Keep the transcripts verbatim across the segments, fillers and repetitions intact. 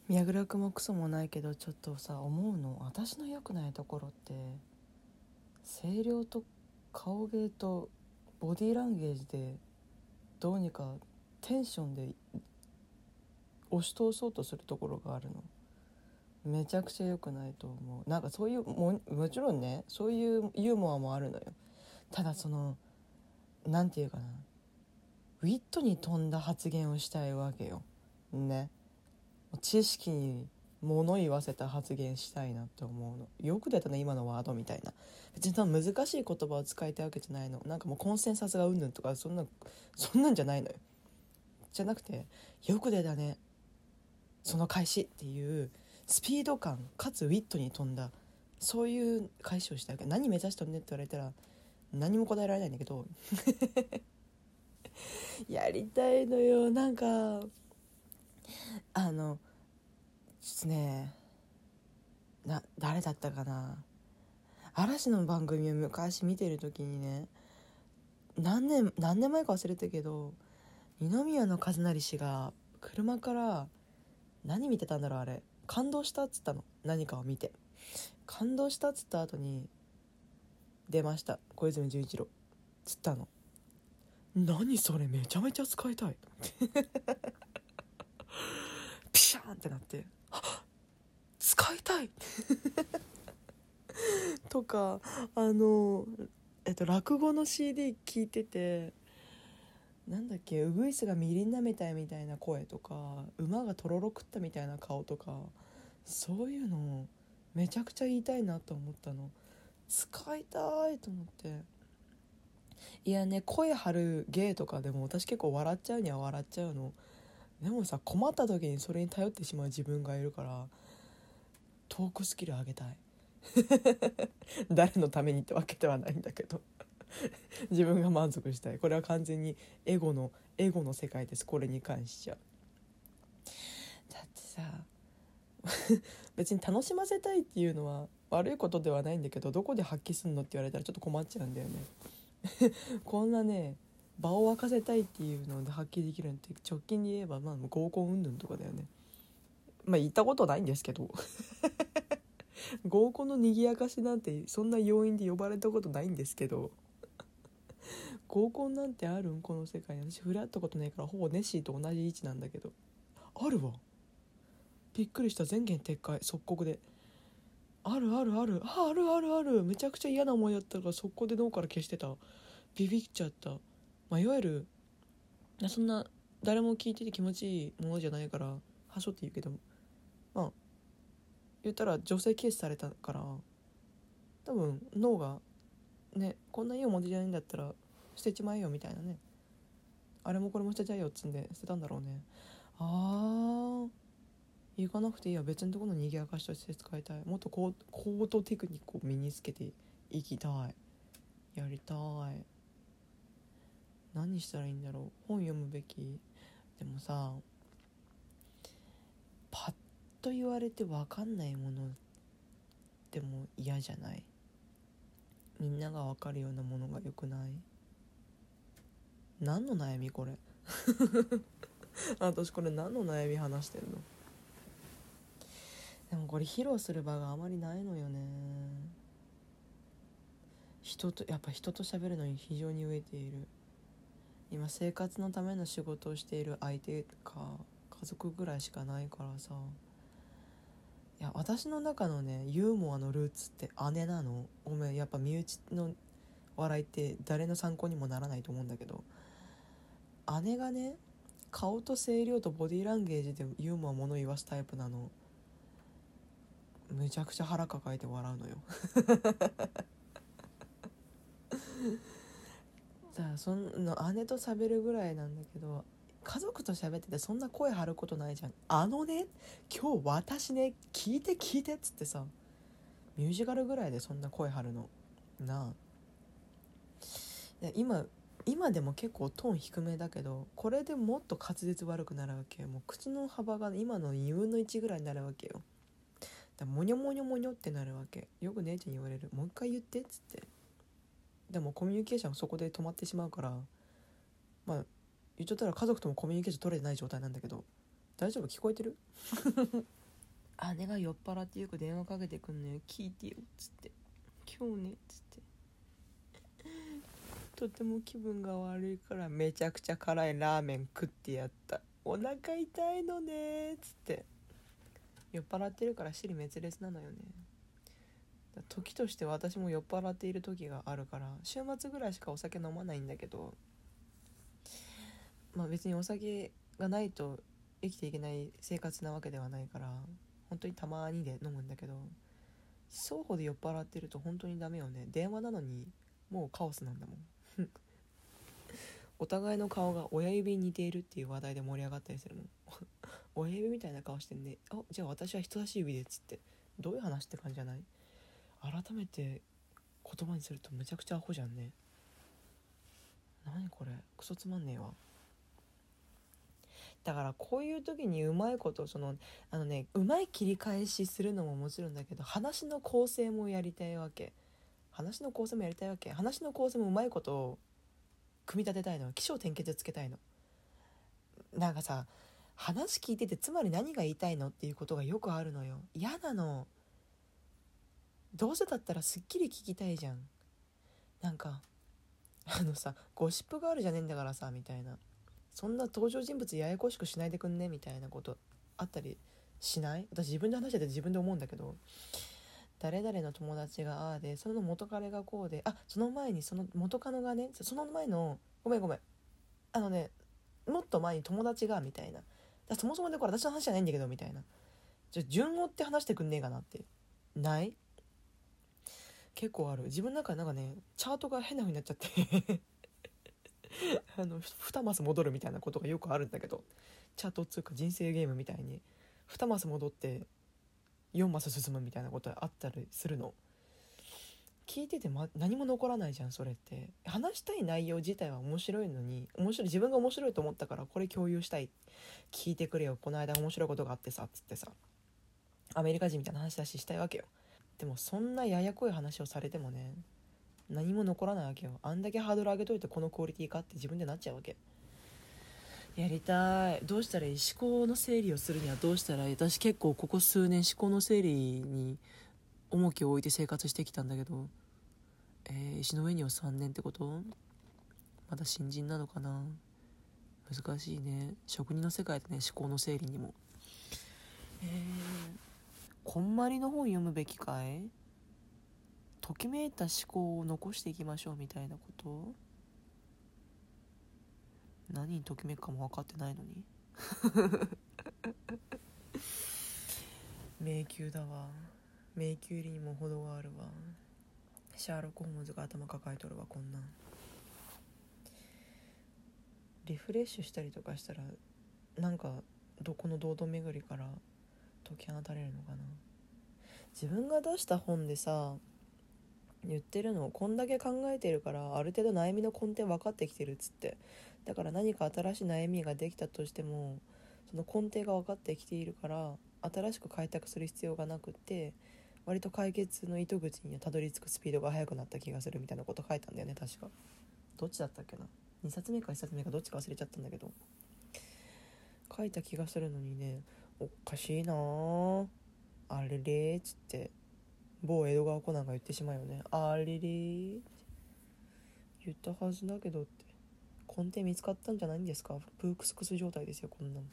脈絡もクソもないけど、ちょっとさ思うの、私の良くないところって声量と顔芸とボディーランゲージでどうにかテンションで押し通そうとするところがあるの。めちゃくちゃ良くないと思う。なんかそういう も, もちろんね、そういうユーモアもあるのよ。ただそのなんていうかな、ウィットに富んだ発言をしたいわけよね。知識に物言わせた発言したいなって思うの。よく出たね今のワードみたいな。別に難しい言葉を使いたいわけじゃないの。なんかもうコンセンサスがうんぬんとかそんなそんなんじゃないのよ。じゃなくて、よく出たねその返しっていうスピード感かつウィットに富んだ、そういう返しをしたいわけ。何目指しとんねって言われたら何も答えられないんだけどやりたいのよ。なんかあのちょっとね、な誰だったかな、嵐の番組を昔見てる時にね、何年何年前か忘れたけど、二宮の和也氏が車から何見てたんだろう、あれ感動したっつったの。何かを見て感動したっつった後に出ました小泉純一郎っつったの。何それ、めちゃめちゃ使いたいピシャーンってなって、使いたいとか、あのえっと落語の シーディー 聞いてて、なんだっけ、ウグイスがみりんなめたいみたいな声とか、馬がとろろ食ったみたいな顔とか、そういうのめちゃくちゃ言いたいなと思ったの。使いたいと思って。いやね、声張る芸とかでも私結構笑っちゃうには笑っちゃうの。でもさ、困った時にそれに頼ってしまう自分がいるから、トークスキル上げたい誰のためにってわけではないんだけど自分が満足したい。これは完全にエゴのエゴの世界です。これに関しちゃだってさ別に楽しませたいっていうのは悪いことではないんだけど、どこで発揮すんのって言われたらちょっと困っちゃうんだよねこんなね、場を沸かせたいっていうので発揮できるのって直近で言えばまあ合コン云々とかだよね。まあ言ったことないんですけど合コンの賑やかしなんてそんな要因で呼ばれたことないんですけど、合コンなんてあるんこの世界に。私触れ合ったことないからほぼネッシーと同じ位置なんだけど、あるわ、びっくりした。全言撤回即刻で。あるあるあるああるあるある、めちゃくちゃ嫌な思いだったから速攻で脳から消してた。ビビっちゃった。まあいわゆるそんな誰も聞いてて気持ちいいものじゃないからはしょって言うけど、まあ言ったら女性軽視されたから、多分脳がね、こんないい思い出じゃないんだったら捨てちまえよみたいなね、あれもこれも捨てちゃえよっつんで捨てたんだろうね。あー、行かなくていいや、別のところの賑やかしとして使いたい。もっと高高度テクニックを身につけていきたい。やりたい。何したらいいんだろう。本読むべき。でもさ、パッと言われて分かんないものでも嫌じゃない？みんなが分かるようなものが良くない？何の悩みこれ私これ何の悩み話してんの？でもこれ披露する場があまりないのよね。人とやっぱ人と喋るのに非常に飢えている。今生活のための仕事をしている相手か家族ぐらいしかないからさ。いや私の中のねユーモアのルーツって姉なの。ごめん、やっぱ身内の笑いって誰の参考にもならないと思うんだけど、姉がね顔と声量とボディーランゲージでユーモアもの言わすタイプなの。めちゃくちゃ腹抱えて笑うのよじゃあその姉と喋るぐらいなんだけど、家族と喋っててそんな声張ることないじゃん。あのね、今日私ね聞いて聞いてっつってさ、ミュージカルぐらいでそんな声張るのなあ。今今でも結構トーン低めだけど、これでもっと滑舌悪くなるわけよ。もう口の幅が今のにぶんのいちぐらいになるわけよ。だモニョモニョモニョってなるわけ。よく姉ちゃんに言われる。もう一回言ってっつって。でもコミュニケーションそこで止まってしまうから、まあ言っちゃったら家族ともコミュニケーション取れてない状態なんだけど、 大丈夫？聞こえてる？姉が酔っ払ってよく電話かけてくんのよ。聞いてよっつって、今日ねっつって、とても気分が悪いからめちゃくちゃ辛いラーメン食ってやった、お腹痛いのねっつって。酔っ払ってるから尻滅裂なのよね。時として私も酔っ払っている時があるから、週末ぐらいしかお酒飲まないんだけど、まあ別にお酒がないと生きていけない生活なわけではないから、本当にたまにで飲むんだけど、双方で酔っ払ってると本当にダメよね。電話なのにもうカオスなんだもんお互いの顔が親指に似ているっていう話題で盛り上がったりするもん親指みたいな顔してんね、あ、じゃあ私は人差し指でっつって、どういう話って感じじゃない？改めて言葉にするとむちゃくちゃアホじゃんね。何これ、クソつまんねえわ。だからこういう時にうまいことそのあのねうまい切り返しするのももちろんだけど、話の構成もやりたいわけ。話の構成もやりたいわけ。話の構成もうまいことを組み立てたいの。起承転結つけたいの。なんかさ、話聞いててつまり何が言いたいのっていうことがよくあるのよ。嫌なの。どうせだったらすっきり聞きたいじゃん。なんかあのさ、ゴシップがあるじゃねえんだからさみたいな、そんな登場人物ややこしくしないでくんねみたいなことあったりしない？私自分で話してて自分で思うんだけど、誰々の友達がああで、その元彼がこうで、あ、その前にその元カノがね、その前のごめんごめんあのねもっと前に友達がみたいな、だそもそもでこれ私の話じゃないんだけどみたいな、じゃ順を追って話してくんねえかなってない？結構ある。自分の中でなんかねチャートが変な風になっちゃってあのにマス戻るみたいなことがよくあるんだけど、チャートっつうか人生ゲームみたいににマス戻ってよんマス進むみたいなことあったりするの。聞いてて、ま、何も残らないじゃんそれって。話したい内容自体は面白いのに、面白い、自分が面白いと思ったからこれ共有したい、聞いてくれよこの間面白いことがあってさつってさ、アメリカ人みたいな話だししたいわけよ。でもそんなややこい話をされてもね、何も残らないわけよ。あんだけハードル上げといてこのクオリティかって自分でなっちゃうわけ。やりたい。どうしたらいい？思考の整理をするにはどうしたらいい？私結構ここ数年思考の整理に重きを置いて生活してきたんだけど、えー、石の上にはさんねんってこと？まだ新人なのかな。難しいね。職人の世界でね、思考の整理にも。えー、こんまりの本読むべきかい？ときめいた思考を残していきましょうみたいなこと？何にときめくかも分かってないのに迷宮だわ。迷宮入りにも程があるわ。シャーロック・ホームズが頭抱えとるわ。こんなんリフレッシュしたりとかしたらなんかどこの堂々巡りから解き放たれるのかな。自分が出した本でさ言ってるの、こんだけ考えてるからある程度悩みの根底分かってきてるっつって、だから何か新しい悩みができたとしてもその根底が分かってきているから新しく開拓する必要がなくって、割と解決の糸口にたどり着くスピードが速くなった気がするみたいなこと書いたんだよね確か。どっちだったっけな、にさつめかいっさつめかどっちか忘れちゃったんだけど書いた気がするのにね、おかしいなああれれっつって某江戸川コナンが言ってしまうよね。あれれ言ったはずだけどって、根底見つかったんじゃないんですか？プークスクス状態ですよこんなの。へ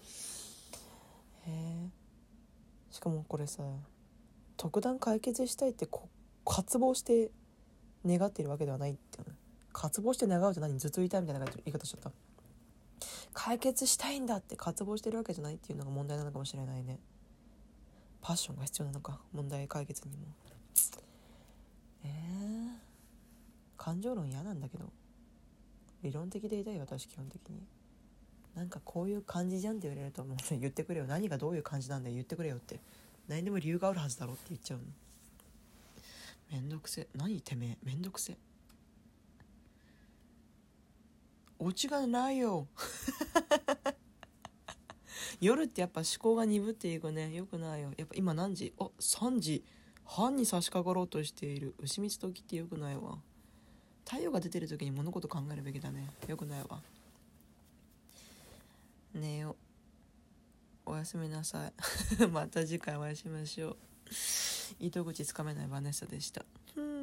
え。しかもこれさ、特段解決したいってこ渇望して願っているわけではないっていう、渇望して願うと何、頭痛痛いみたいな言い方しちゃった。解決したいんだって渇望してるわけじゃないっていうのが問題なのかもしれないね。パッションが必要なのか、問題解決にも。えー、感情論嫌なんだけど、理論的でいたい私基本的に。なんかこういう感じじゃんって言われるともう言ってくれよ、何がどういう感じなんだよ言ってくれよって、何でも理由があるはずだろって言っちゃうの。めんどくせ、何てめえめんどくせ、オチがないよ夜ってやっぱ思考が鈍っていくね。よくないよ。やっぱ今何時？あ、さんじはんに差し掛かろうとしている。牛蜜時ってよくないわ。太陽が出てる時に物事考えるべきだね。よくないわ。寝よおやすみなさいまた次回お会いしましょう。糸口つかめないバネッサでした。